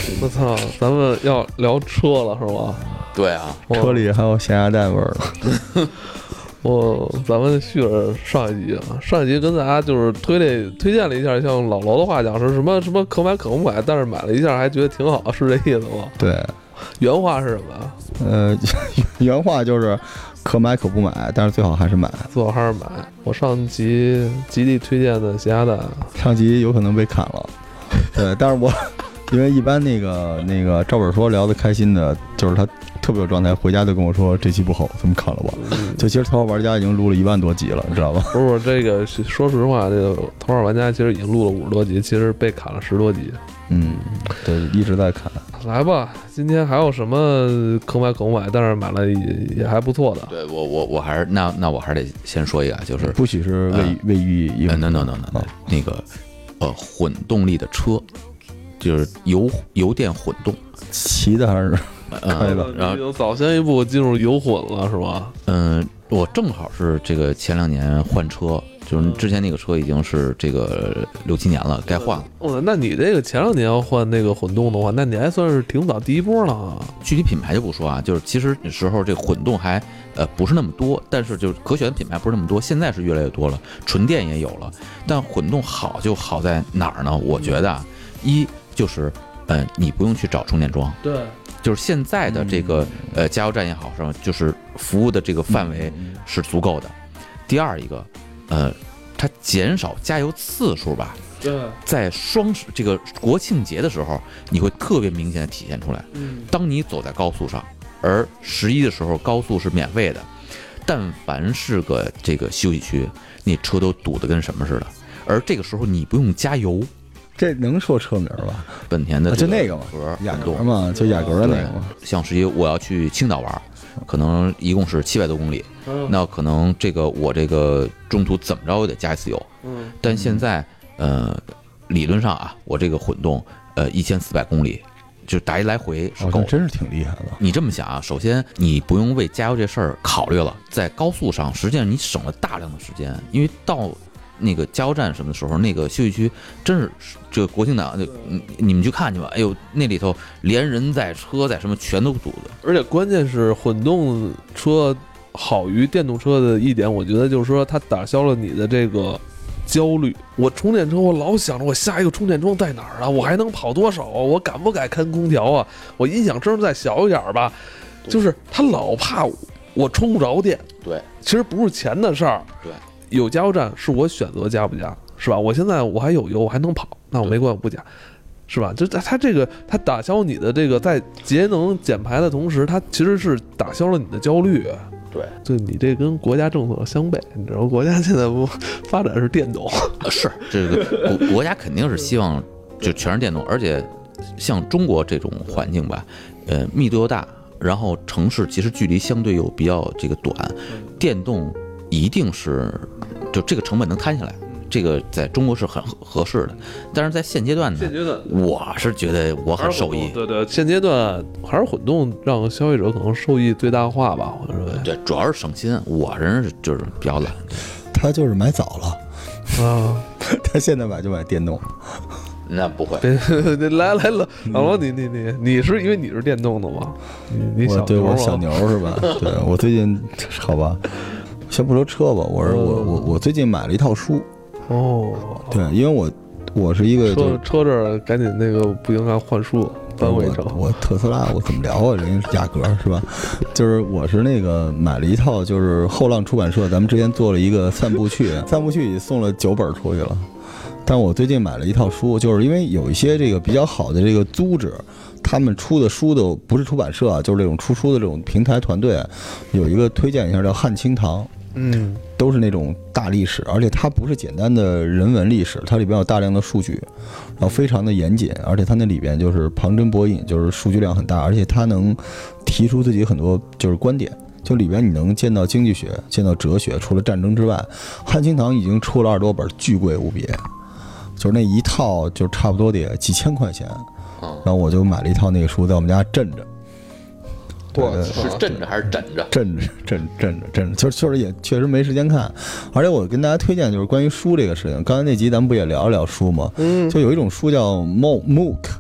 我操，咱们要聊车了是吧？ 对啊， 车里还有咸鸭蛋味儿呢。 咱们续着上一集啊，上一集跟大家就是推荐了一下，像老罗的话讲是什么可买可不买，但是买了一下还觉得挺好，是这意思吗？ 对， 原话是什么？ 原话就是可买可不买，但是最好还是买。 最好还是买。我上集极力推荐的咸鸭蛋， 上集有可能被砍了。对，但是我因为一般那个赵本说聊得开心的，就是他特别有状态，回家就跟我说这期不好，咱们砍了吧。就其实头号玩家已经录了1万多集了，你知道吧？ 不是这个，说实话，这个头号玩家其实已经录了50多集，其实被砍了10多集。 对，一直在砍。 来吧，今天还有什么可买可不买，但是买了也还不错的。 对我还是那我还是得先说一个，就是不许是卫浴英文。 no，那个混动力的车，就是油电混动， 骑的还是开的？ 然后早先一步进入油混了是吧？ 我正好是这个前2年换车，就是之前那个车已经是这个6、7年了，该换了。 那你这个前2年要换那个混动的话，那你还算是挺早第一波了啊。 具体品牌就不说啊，就是其实那时候这个混动还不是那么多，但是就是可选的品牌不是那么多，现在是越来越多了，纯电也有了。但混动好就好在哪儿呢？我觉得啊，一就是你不用去找充电桩。 对。 就是现在的这个加油站也好，是吧？就是服务的这个范围是足够的。第二一个，它减少加油次数吧。 对， 在这个国庆节的时候，你会特别明显的体现出来。当你走在高速上，而11的时候高速是免费的，但凡是个这个休息区，那车都堵得跟什么似的。而这个时候你不用加油。 这能说车名吧？ 本田的就那个嘛，雅阁嘛，就雅阁的那个嘛。 像是我要去青岛玩，可能一共是700多公里，那可能我这个中途怎么着也得加一次油。但现在理论上啊，我这个混动1400公里，就打一来回是够的。 真是挺厉害的。 你这么想啊，首先你不用为加油这事儿考虑了，在高速上实际上你省了大量的时间，因为到那个加油站什么的时候，那个休息区真是这个国庆档，你们去看去吧。哎呦，那里头连人在车在什么全都堵的。 而且关键是混动车好于电动车的一点，我觉得就是说它打消了你的这个焦虑。我充电车，我老想着我下一个充电桩在哪儿啊？我还能跑多少啊？我敢不敢开空调啊？我音响声再小一点吧。就是他老怕我充不着电。 对， 其实不是钱的事儿。 对。 有加油站是我选择加不加，是吧？我现在我还有油，我还能跑，那我没关系，我不加，是吧？就它这个，它打消你的这个在节能减排的同时，它其实是打消了你的焦虑。 对， 就你这跟国家政策相悖，你知道，国家现在不发展是电动， 是这个国家肯定是希望就全是电动，而且像中国这种环境吧，密度又大，然后城市其实距离相对又比较这个短，电动一定是。就这个成本能摊下来，这个在中国是很合适的。但是在现阶段呢，我是觉得我很受益。 对，现阶段还是混动让消费者可能受益最大化吧，我认为。 对，主要是省心。我人就是比较懒， 他就是买早了啊，他现在买就买电动。 那不会， 来了，老罗，你是因为你是电动的吗？你小牛我小牛是吧？对，我最近好吧。先不说车吧，我最近买了一套书。对，因为我是一个车这儿赶紧那个不应该换书搬回城。 我特斯拉我怎么聊啊？人家雅阁是吧？就是我是那个买了一套，就是后浪出版社，咱们之前做了一个3部曲也送了9本出去了。但我最近买了一套书，就是因为有一些这个比较好的这个组织，他们出的书的不是出版社啊，就是这种出书的这种平台团队，有一个推荐一下叫汉清堂。都是那种大历史，而且它不是简单的人文历史，它里边有大量的数据，然后非常的严谨，而且它那里边就是旁征博引，就是数据量很大，而且它能提出自己很多就是观点，就里边你能见到经济学，见到哲学，除了战争之外，汉清堂已经出了20多本，巨贵无比，就是那一套就差不多得几千块钱，然后我就买了一套那个书在我们家镇着。 是镇着还是枕着？ 镇着，就是也确实没时间看，而且我跟大家推荐就是关于书这个事情。刚才那集咱们不也聊了聊书吗？就有一种书叫 MOOC，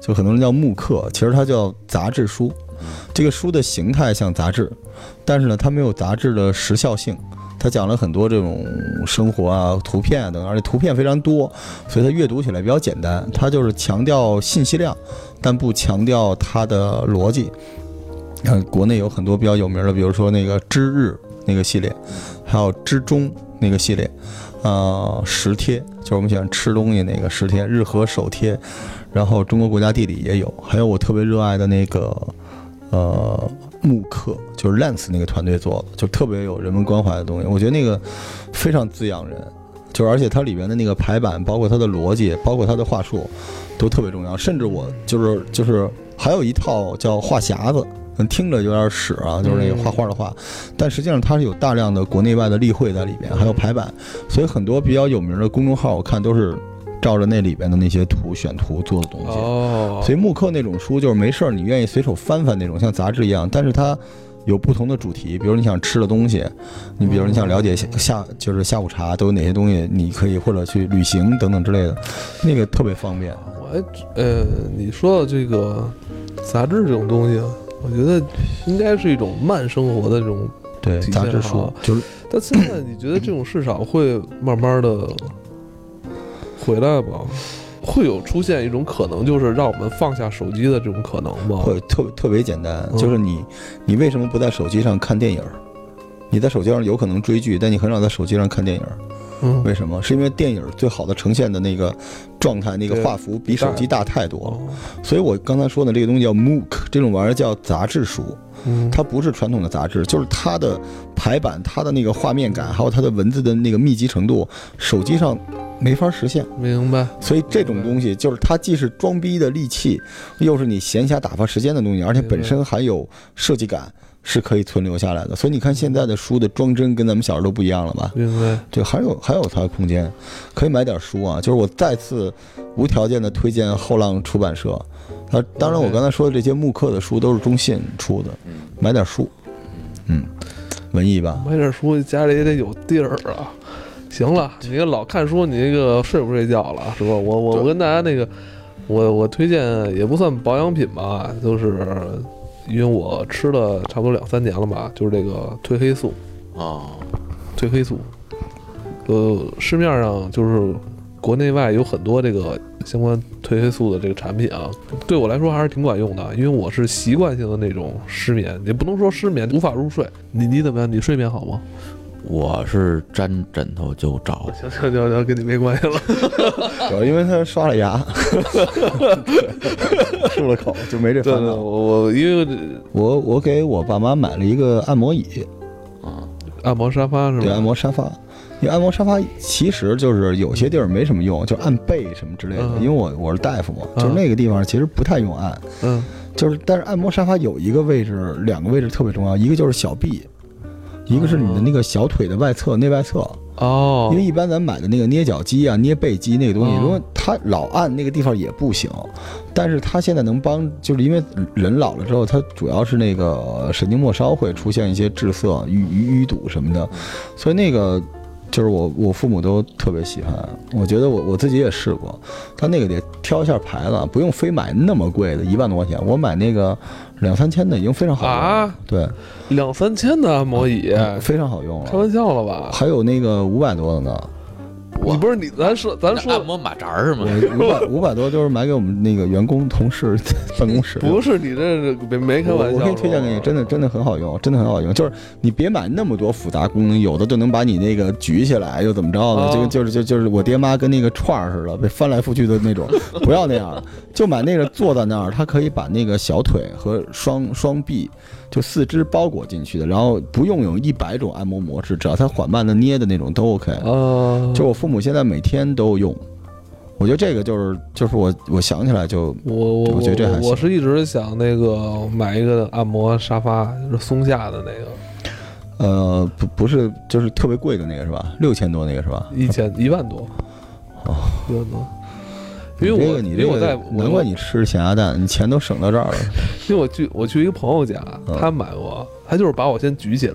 就很多人叫木刻，其实它叫杂志书。这个书的形态像杂志，但是呢，它没有杂志的时效性。它讲了很多这种生活啊、图片啊等，而且图片非常多，所以它阅读起来比较简单。它就是强调信息量，但不强调它的逻辑。国内有很多比较有名的，比如说那个知日那个系列，还有知中那个系列，食贴，就是我们喜欢吃东西那个食贴，日和手贴，然后中国国家地理也有，还有我特别热爱的那个木刻，就是 Lens 那个团队做的，就特别有人文关怀的东西，我觉得那个非常滋养人，就是而且它里面的那个排版，包括它的逻辑，包括它的话术，都特别重要。甚至我就是还有一套叫画匣子，听着有点屎啊，就是那个画画的画，但实际上它是有大量的国内外的例会在里边，还有排版，所以很多比较有名的公众号我看都是照着那里边的那些图选图做的东西。所以木刻那种书就是没事你愿意随手翻翻那种，像杂志一样，但是它有不同的主题，比如你想吃的东西，你比如你想了解就是下午茶都有哪些东西，你可以或者去旅行等等之类的，那个特别方便。 你说的这个杂志这种东西，我觉得应该是一种慢生活的这种对杂志书，就是。 但现在你觉得这种市场会慢慢的回来吗？会有出现一种可能，就是让我们放下手机的这种可能吗？ 会特别简单，就是你为什么不在手机上看电影？你在手机上有可能追剧，但你很少在手机上看电影。为什么？是因为电影最好的呈现的那个状态，那个画幅比手机大太多了。所以我刚才说的这个东西叫 MOOC， 这种玩意儿叫杂志书，它不是传统的杂志，就是它的排版、它的那个画面感，还有它的文字的那个密集程度，手机上没法实现。 明白。 所以这种东西就是它既是装逼的利器，又是你闲暇打发时间的东西，而且本身还有设计感，是可以存留下来的。所以你看现在的书的装帧跟咱们小时候都不一样了吧？ 明白。 对，还有它的空间，可以买点书啊。就是我再次无条件的推荐后浪出版社。当然我刚才说的这些木刻的书都是中信出的，买点书，文艺吧。 买点书，家里也得有地儿啊。行了，你老看书，你那个睡不睡觉了是吧？我跟大家那个，我推荐也不算保养品吧，就是因为我吃了差不多2-3年了吧，就是这个褪黑素褪黑素，市面上就是国内外有很多这个相关褪黑素的这个产品啊，对我来说还是挺管用的，因为我是习惯性的那种失眠，也不能说失眠，无法入睡。你怎么样？你睡眠好吗？ 我是沾枕头就着。 行，跟你没关系了。 主要因为他刷了牙，漱了口就没这烦恼。我给我爸妈买了一个按摩椅， 按摩沙发是吧？ 对，按摩沙发。因为按摩沙发其实就是有些地儿没什么用，就按背什么之类的。因为我是大夫嘛，就是那个地方其实不太用按。但是按摩沙发有一个位置，2个位置特别重要，一个就是小臂。一个是你的那个小腿的外侧、内外侧因为一般咱买的那个捏脚机啊、捏背机那个东西，如果它老按那个地方也不行，但是它现在能帮，就是因为人老了之后，它主要是那个神经末梢会出现一些滞涩、淤堵什么的，所以那个就是我父母都特别喜欢，我觉得我自己也试过，他那个得挑一下牌子，不用非买那么贵的1万多块钱，我买那个2-3千的已经非常好用了。对 ，2-3千的按摩椅非常好用了， 开玩笑了吧？ 还有那个500多的呢。 你不是你咱说按摩马扎是吗 ？500多就是买给我们那个员工同事办公室。 不是你这没开玩笑， 我可以推荐给你，真的很好用，真的很好用。就是你别买那么多复杂功能，有的就能把你那个举起来又怎么着的，就是我爹妈跟那个串似的被翻来覆去的那种，不要那样，就买那个坐在那儿，它可以把那个小腿和双臂就4肢包裹进去的，然后不用有100种按摩模式，只要它缓慢的捏的那种都 OK。就我父母现在每天都用，我觉得这个就是我想起来就我觉得这还行。 我是一直想那个买一个按摩沙发，就是松下的那个。不是，就是特别贵的那个是吧？6000多那个是吧 ？1万多。1万多。因为你这个难怪你吃咸鸭蛋，你钱都省到这儿了。 因为我去一个朋友家，他买过，他就是把我先举起来，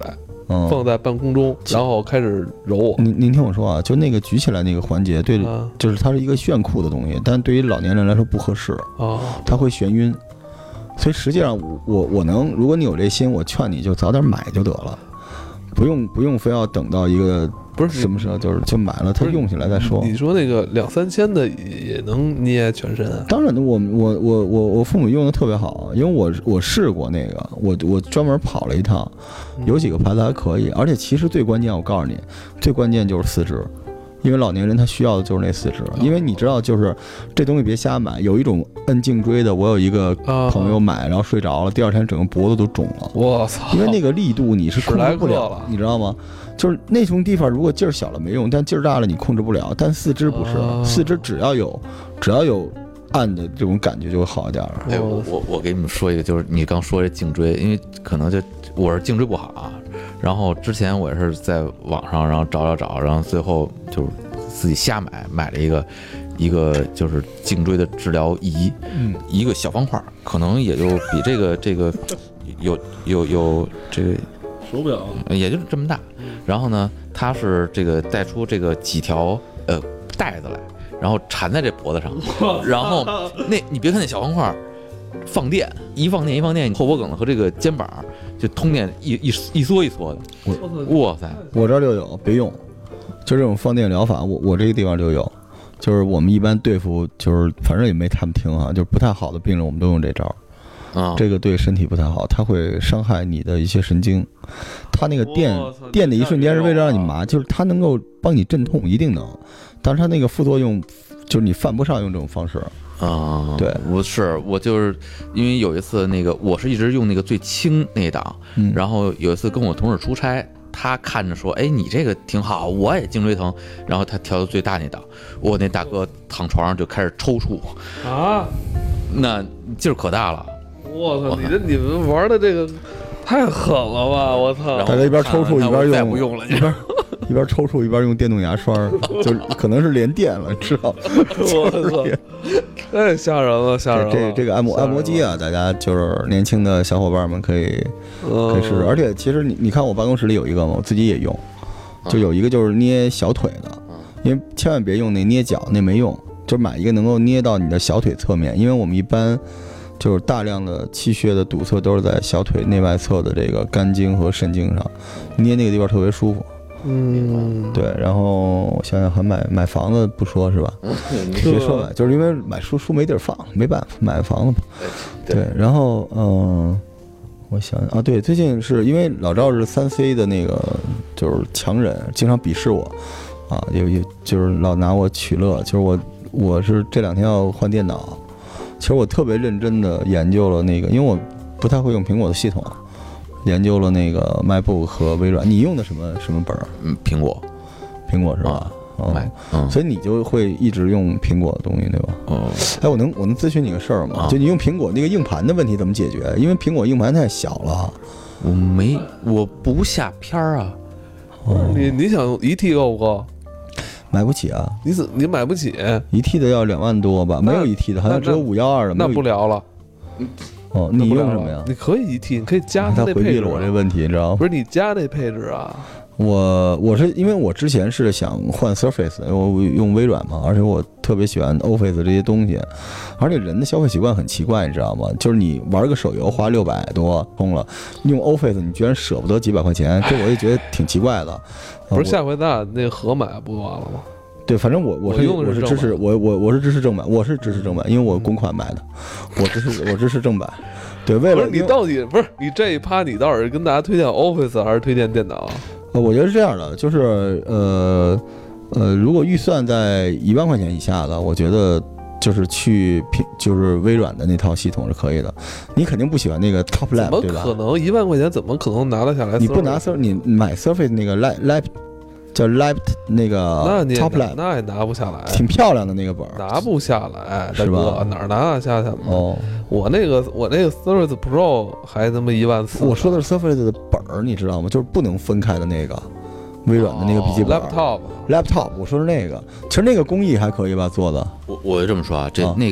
放在半空中，然后开始揉我。 您听我说啊，就那个举起来那个环节，对，就是它是一个炫酷的东西，但对于老年人来说不合适它会眩晕。所以实际上我能，如果你有这心，我劝你就早点买就得了，不用非要等到一个不是什么时候，就买了它用起来再说。 你说那个2-3千的也能捏全身啊？ 当然，我父母用的特别好，因为我试过那个，我专门跑了一趟，有几个牌子还可以，而且其实最关键，我告诉你，最关键就是四肢。因为老年人他需要的就是那四肢，因为你知道，就是这东西别瞎买。有一种摁颈椎的，我有一个朋友买，然后睡着了，第二天整个脖子都肿了。 我操！ 因为那个力度你是控制不了，你知道吗？就是那种地方，如果劲儿小了没用，但劲儿大了你控制不了。但四肢不是，四肢只要有按的这种感觉就会好一点。 哎，我给你们说一个，就是你刚说这颈椎，因为可能就我是颈椎不好啊。然后之前我也是在网上，然后找，然后最后就是自己瞎买了一个就是颈椎的治疗仪，一个小方块，可能也就比这个有这个手表也就这么大。然后呢，它是这个带出这个几条带子来，然后缠在这脖子上，然后你别看那小方块。放电，一放电，后脖梗子和这个肩膀就通电一缩的。哇塞， 我这儿就有，别用，就这种放电疗法，我这个地方就有，就是我们一般对付，就是反正也没太听啊，就是不太好的病人，我们都用这招。这个对身体不太好，它会伤害你的一些神经。它那个电的一瞬间是为了让你麻，就是它能够帮你镇痛，一定能，但是它那个副作用就是你犯不上用这种方式。对， 我就是因为有一次那个我是一直用那个最轻那一档，然后有一次跟我同事出差，他看着说，哎，你这个挺好，我也颈椎疼，然后他调到最大那档，我那大哥躺床上就开始抽搐啊，那劲儿可大了。 我操，你们玩的这个太狠了吧！我操， 大家一边抽搐一边用， 再不用了， 一边抽搐一边用电动牙刷，就可能是连电了，知道？ 我操，太吓人了，吓人了！ 这个按摩机啊，大家就是年轻的小伙伴们可以试试。而且其实你看我办公室里有一个嘛，我自己也用，就有一个就是捏小腿的，因为千万别用那捏脚，那没用，就买一个能够捏到你的小腿侧面，因为我们一般。就是大量的气血的堵塞都是在小腿内外侧的这个肝经和肾经上，捏那个地方特别舒服。对。然后我想想，还买房子不说是吧？别说买，就是因为买书没地儿放，没办法买房子。对。然后我想啊，对，最近是因为老赵是3C 的那个就是强人，经常鄙视我啊，也就是老拿我取乐。就是我是这2天要换电脑。其实我特别认真的研究了那个，因为我不太会用苹果的系统，研究了那个 MacBook 和微软。你用的什么本儿？苹果是吧？所以你就会一直用苹果的东西，对吧？哎，我能咨询你个事儿吗？就你用苹果那个硬盘的问题怎么解决？因为苹果硬盘太小了。 我不下片儿啊。 你想1T 够不够？ 买不起啊！ 你买不起 ，1T 的要2万多吧？没有1T 的，好像只有512的。 那不聊了。 你用什么呀？ 你可以1T，你可以加他那配置。 回避了我这问题，你知道吗？ 不是你加那配置啊？ 我是因为我之前是想换 Surface， 我用微软嘛，而且我特别喜欢 Office 这些东西，而且人的消费习惯很奇怪，你知道吗？就是你玩个手游花600多充了，用 Office 你居然舍不得几百块钱，这我就觉得挺奇怪的。 不是下回咱俩那盒买不完了吗？ 对，反正我是支持我是支持正版，我是支持正版，因为我公款买的，我支持正版。对，为了你到底不是你这一趴，你到底是跟大家推荐 Office 还是推荐电脑？ 我觉得是这样的，就是如果预算在1万块钱以下的，我觉得就是就是微软的那套系统是可以的。你肯定不喜欢那个 Top Lab， 对吧？ 怎么可能1万块钱怎么可能拿得下来？ 你不拿你买 Surface 那个 Lab 叫 Lab 那个 Top Lab， 那也拿不下来， 挺漂亮的那个本， 拿不下来， 是吧？ 哪拿得下去？我那个 Surface Pro 还他妈1万4。 我说的是 Surface 的本儿，你知道吗？就是不能分开的那个。微软的那个笔记本 laptop， 我说是那个，其实那个工艺还可以吧做的。 我就这么说啊，那个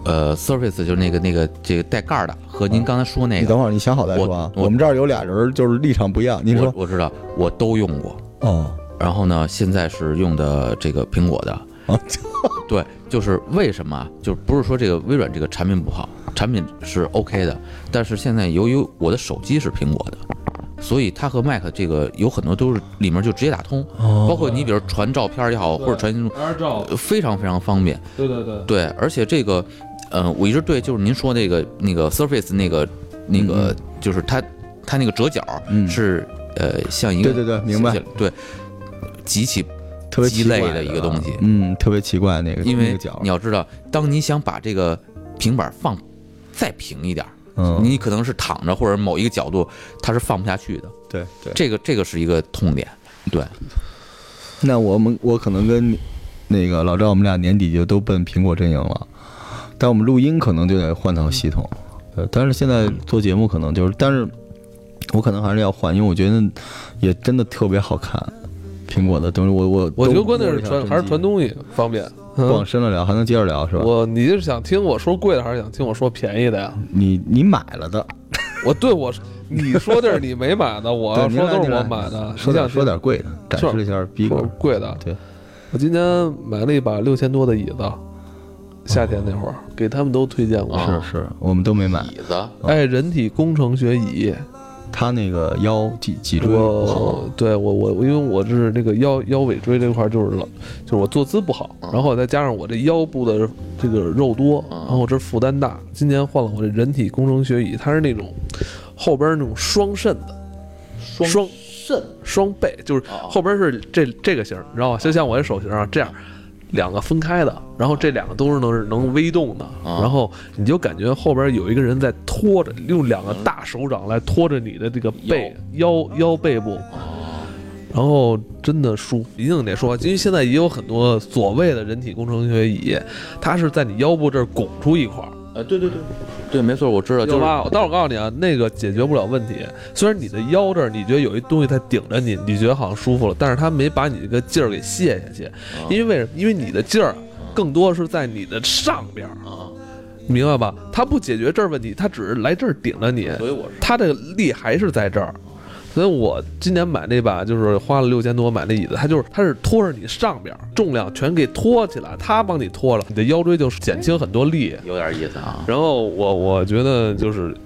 Surface 就是那个这个带盖儿的，和您刚才说那个， 你等会儿你想好再说啊。我们这儿有俩人就是立场不一样，您说。 我知道，我都用过。 哦。 然后呢，现在是用的这个苹果的。对，就是为什么？就是不是说这个微软这个产品不好，产品是 OK 的，但是现在由于我的手机是苹果的，所以它和 Mac 这个有很多都是里面就直接打通，包括你比如传照片也好，或者传非常非常方便。对，而且这个我一直对就是您说那个 Surface 那个就是它那个折角是像一个对明白对极其特别鸡肋的一个东西， 特别奇怪那个， 因为你要知道，当你想把这个平板放再平一点，你可能是躺着或者某一个角度，它是放不下去的。 对， 这个是一个痛点。对， 那我可能跟那个老赵，我们俩年底就都奔苹果阵营了，但我们录音可能就得换套系统。但是现在做节目可能就是，但是我可能还是要换，因为我觉得也真的特别好看。苹果的东西，我觉得关键是还是传东西方便， 不往深了聊，还能接着聊是吧？ 你是想听我说贵的，还是想听我说便宜的呀？ 你买了的， 你说的是你没买的，我要说都是我买的。 说点贵的，展示一下逼格。 贵的， 对， 我今天买了一把6000多的椅子，夏天那会儿给他们都推荐过。 是，我们都没买椅子。 人体工程学椅。 他那个腰脊椎不好， 对我因为我是那个腰尾椎这块就是我坐姿不好，然后再加上我这腰部的这个肉多，然后我这负担大。今年换了我这人体工程学椅，它是那种后边那种双肾的，双背，就是后边是这个型，你知道吗？就像我这手型啊这样。两个分开的，然后这两个都是能微动的，然后你就感觉后边有一个人在拖着，用两个大手掌来拖着你的这个腰背部，然后真的舒服。一定得说，因为现在也有很多所谓的人体工程学椅，它是在你腰部这儿拱出一块。 对，没错，我知道。就是， 但我告诉你啊，那个解决不了问题。虽然你的腰这儿你觉得有一东西在顶着你，你觉得好像舒服了，但是它没把你这个劲儿给卸下去。因为因为你的劲儿更多是在你的上边明白吧？它不解决这儿问题，它只是来这儿顶着你， 所以它这个力还是在这儿。所以我今年买那把就是花了6000多买那椅子，它是拖着你上边，重量全给拖起来，它帮你拖了，你的腰椎就减轻很多力， 有点意思啊。 然后我觉得就是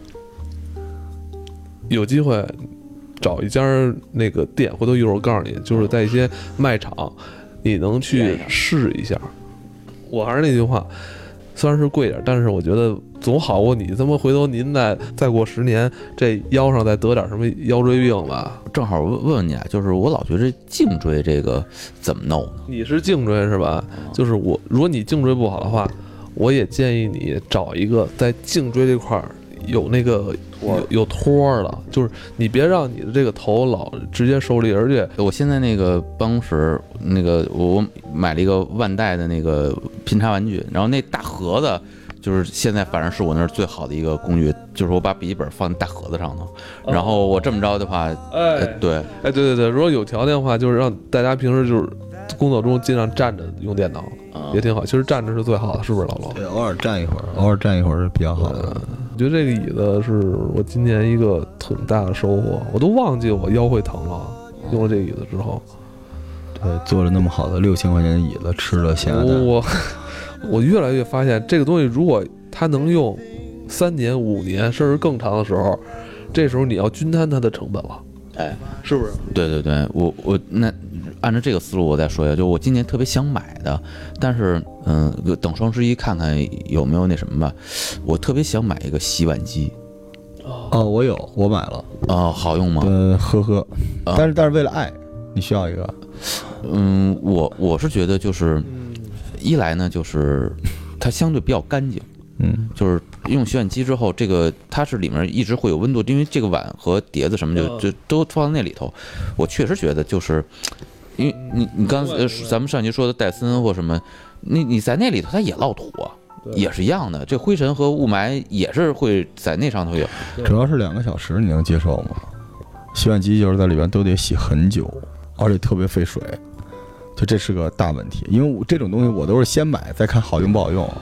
有机会找一家那个店，回头一会儿我告诉你，就是在一些卖场，你能去试一下。我还是那句话。虽然是贵点，但是我觉得总好过你他妈回头您再过10年，这腰上再得点什么腰椎病吧。 正好问问你啊，就是我老觉得颈椎这个怎么弄呢？ 你是颈椎是吧？就是如果你颈椎不好的话，我也建议你找一个在颈椎这块有那个有托的，就是你别让你的这个头老直接受力。而且我现在那个办公室那个我买了一个万代的那个拼插玩具，然后那大盒子就是现在反正是我那儿最好的一个工具，就是我把笔记本放在大盒子上头，然后我这么着的话，对， 如果有条件的话，就是让大家平时就是工作中尽量站着用电脑，也挺好。其实站着是最好的，是不是老罗？ 对，偶尔站一会儿是比较好的。 我觉得这个椅子是我今年一个挺大的收获，我都忘记我腰会疼了，用了这个椅子之后。 对，做了那么好的6000块钱的椅子，吃了咸鸭蛋。 我越来越发现，这个东西如果它能用3年、5年，甚至更长的时候，这时候你要均摊它的成本了。是不是？ 对，我那按照这个思路我再说一下，就我今年特别想买的，但是等双11看看有没有那什么吧。我特别想买一个洗碗机。 我买了。 好用吗？ 呵呵。但是为了爱，你需要一个。 我是觉得就是一来呢，就是它相对比较干净。就是用洗碗机之后，这个它是里面一直会有温度，因为这个碗和碟子什么就都放在那里头。我确实觉得就是，因为你刚才咱们上集说的戴森或什么，你在那里头它也落土啊，也是一样的，这灰尘和雾霾也是会在那上头有。 主要是2个小时，你能接受吗？洗碗机就是在里边都得洗很久，而且特别费水。就这是个大问题，因为这种东西我都是先买再看好用不好用，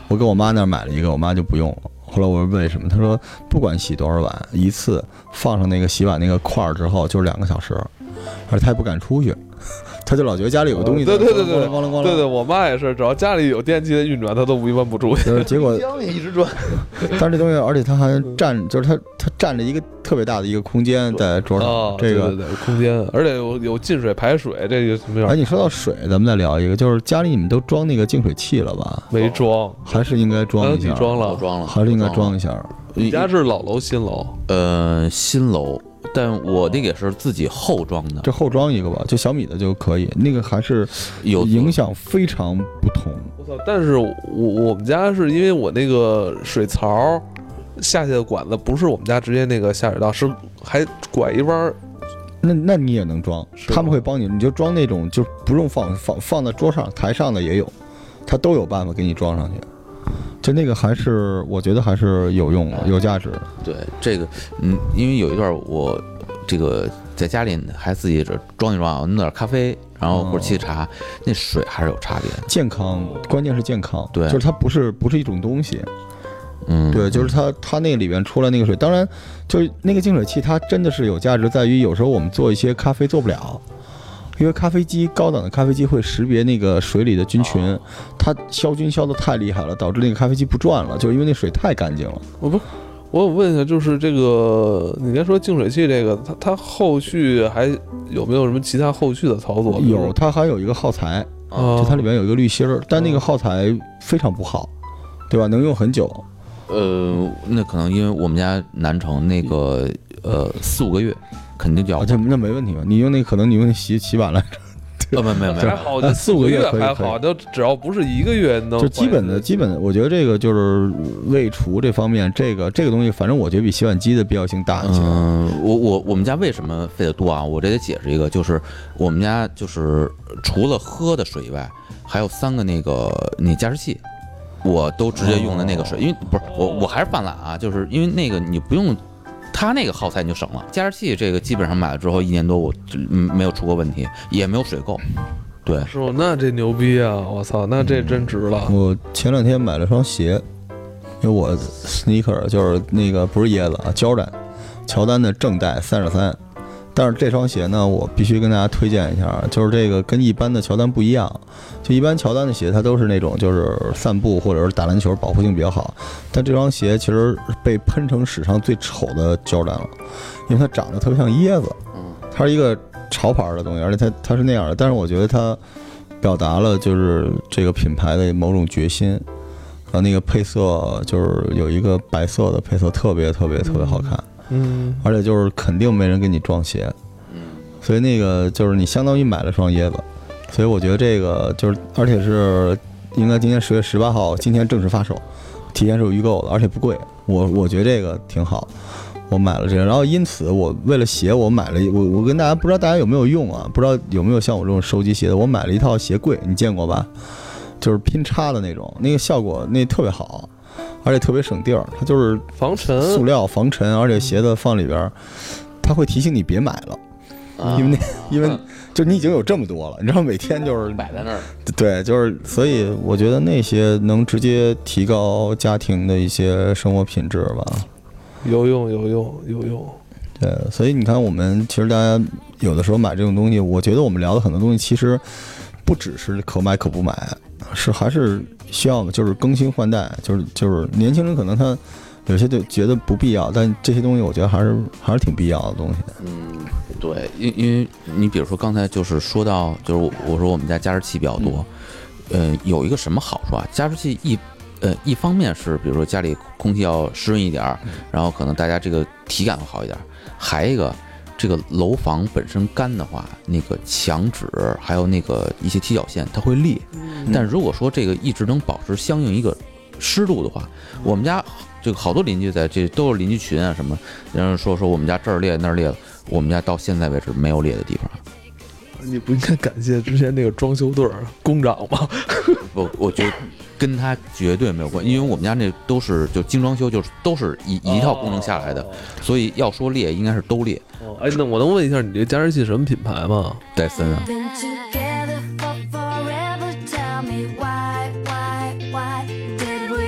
我跟我妈那儿买了一个，我妈就不用了。后来我说为什么？她说不管洗多少碗，一次放上那个洗碗那个块儿之后就是2个小时，而且她也不敢出去，她就老觉得家里有个东西。 对， 对， 我妈也是，只要家里有电器的运转，她都一般不出去。 结果江也一直转。 但是这东西，而且它还占，就是它占着一个特别大的一个空间在桌上，这个对空间，而且有进水排水，这个没有。 哎，你说到水，咱们再聊一个，就是家里你们都装那个净水器了吧？ 没装， 还是应该装一下。 你装了， 还是应该装一下。 你家是老楼新楼？ 新楼，但我那个是自己后装的。 这后装一个吧，就小米的就可以，那个还是有影响非常不同。 我操！但是我们家是因为我那个水槽下去的管子不是我们家直接那个下水道，是还拐一弯。 那你也能装，他们会帮你，你就装那种就不用放在桌上台上的也有，他都有办法给你装上去。就那个还是我觉得还是有用的，有价值的。 对这个，因为有一段我这个在家里还自己装一装，弄点咖啡，然后或者沏茶，那水还是有差别的。 健康，关键是健康， 对， 就是它不是一种东西。对，就是它那个里边出来那个水，当然就是那个净水器，它真的是有价值，在于有时候我们做一些咖啡做不了。因为咖啡机高档的咖啡机会识别那个水里的菌群，它消菌消得太厉害了，导致那个咖啡机不转了，就是因为那水太干净了。 我问一下，就是这个你刚说净水器这个，它后续还有没有什么其他后续的操作？ 有，它还有一个耗材，就它里面有一个滤芯儿，但那个耗材非常不好，对吧？能用很久。 那可能因为我们家南城那个4-5个月。肯定就要那没问题吧？你用那可能你用那洗碗来着， 没还好 ，4-5个月还好，就只要不是1个月能。 就基本的，我觉得这个就是卫厨这方面，这个东西，反正我觉得比洗碗机的必要性大一些。 我们家为什么费得多啊？我这得解释一个，就是我们家就是除了喝的水以外，还有3个那加湿器，我都直接用的那个水，因为不是我还是犯懒啊，就是因为那个你不用。它那个耗材你就省了，加湿器这个基本上买了之后1年多我就没有出过问题，也没有水垢。对， 是吧？那这牛逼啊！我操，那这真值了。 我前2天买了双鞋，因为我 sneaker 就是那个不是椰子啊，Jordan，乔丹的正代33。但是这双鞋呢，我必须跟大家推荐一下，就是这个跟一般的乔丹不一样。就一般乔丹的鞋，它都是那种就是散步或者是打篮球，保护性比较好。但这双鞋其实被喷成史上最丑的Jordan了，因为它长得特别像椰子。它是一个潮牌的东西，而且它是那样的。但是我觉得它表达了就是这个品牌的某种决心。然后那个配色就是有一个白色的配色，特别好看。而且就是肯定没人给你撞鞋，所以那个就是你相当于买了双椰子，所以我觉得这个就是，而且是应该今天10月18号，今天正式发售，提前是有预购的，而且不贵，我觉得这个挺好，我买了这个，然后因此我为了鞋我买了我跟大家不知道大家有没有用啊，不知道有没有像我这种收集鞋的，我买了一套鞋柜，你见过吧？就是拼插的那种，那个效果那特别好。而且特别省地儿，它就是防尘， 塑料防尘，而且鞋子放里边，它会提醒你别买了，因为就你已经有这么多了，你知道每天就是摆在那儿， 对，就是所以我觉得那些能直接提高家庭的一些生活品质吧， 有用。 对，所以你看，我们其实大家有的时候买这种东西，我觉得我们聊的很多东西其实不只是可买可不买，是还是需要就是更新换代，就是年轻人可能他有些就觉得不必要，但这些东西我觉得还是挺必要的东西。 对，因为你比如说刚才就是说到，就是我说我们家加湿器比较多，有一个什么好处啊？加湿器一方面是比如说家里空气要湿润一点，然后可能大家这个体感会好一点，还一个。这个楼房本身干的话，那个墙纸还有那个一些踢脚线它会裂，但如果说这个一直能保持相应一个湿度的话，我们家这个好多邻居在这都是邻居群啊什么，然后说我们家这儿裂那儿裂了，我们家到现在为止没有裂的地方。 你不应该感谢之前那个装修队工长吗？ 不，我觉得跟他绝对没有关系，因为我们家那都是就精装修，就是都是一套功能下来的，所以要说裂应该是都裂。 哎，那我能问一下你这加湿器什么品牌吗？ 戴森啊。 Together for forever, tell me why did we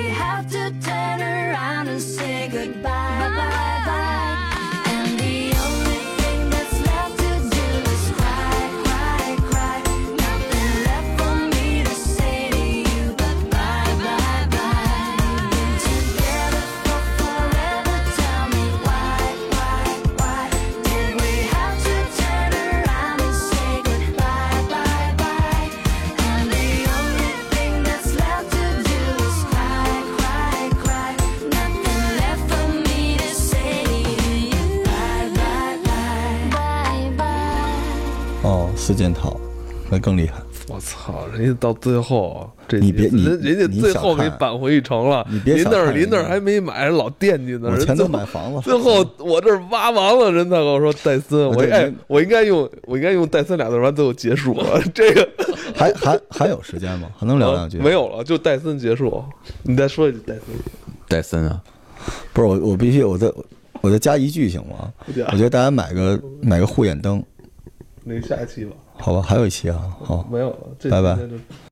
to turn around and say goodbye, bye, bye. And the only thing that's left to do is cry, cry, cry. Nothing left for me to say to you but bye, bye, bye. We've been together for forever. Tell me why did we have to turn around and say goodbye, bye, bye? And the only thing that's left to do is cry, cry, cry. Nothing left for me to say to you bye, bye, bye, bye, bye. 哦，四件套，那更厉害。 我操，人家到最后这你别你人家最后给扳回一城了， 你别您小看人家那儿还没买，老惦记呢。 我钱都人最后买房了， 最后我这儿挖完了，人才跟我说戴森， 我这人我应该用戴森俩字完最后结束了。这个还有时间吗？还能聊两句？ 没有了，就戴森结束。你再说一句戴森。 戴森啊， 不是我必须我再加一句行吗？ 不加我觉得大家买个护眼灯， 那个下一期吧。 好吧？还有一期啊，好， 没有了，这拜拜今天就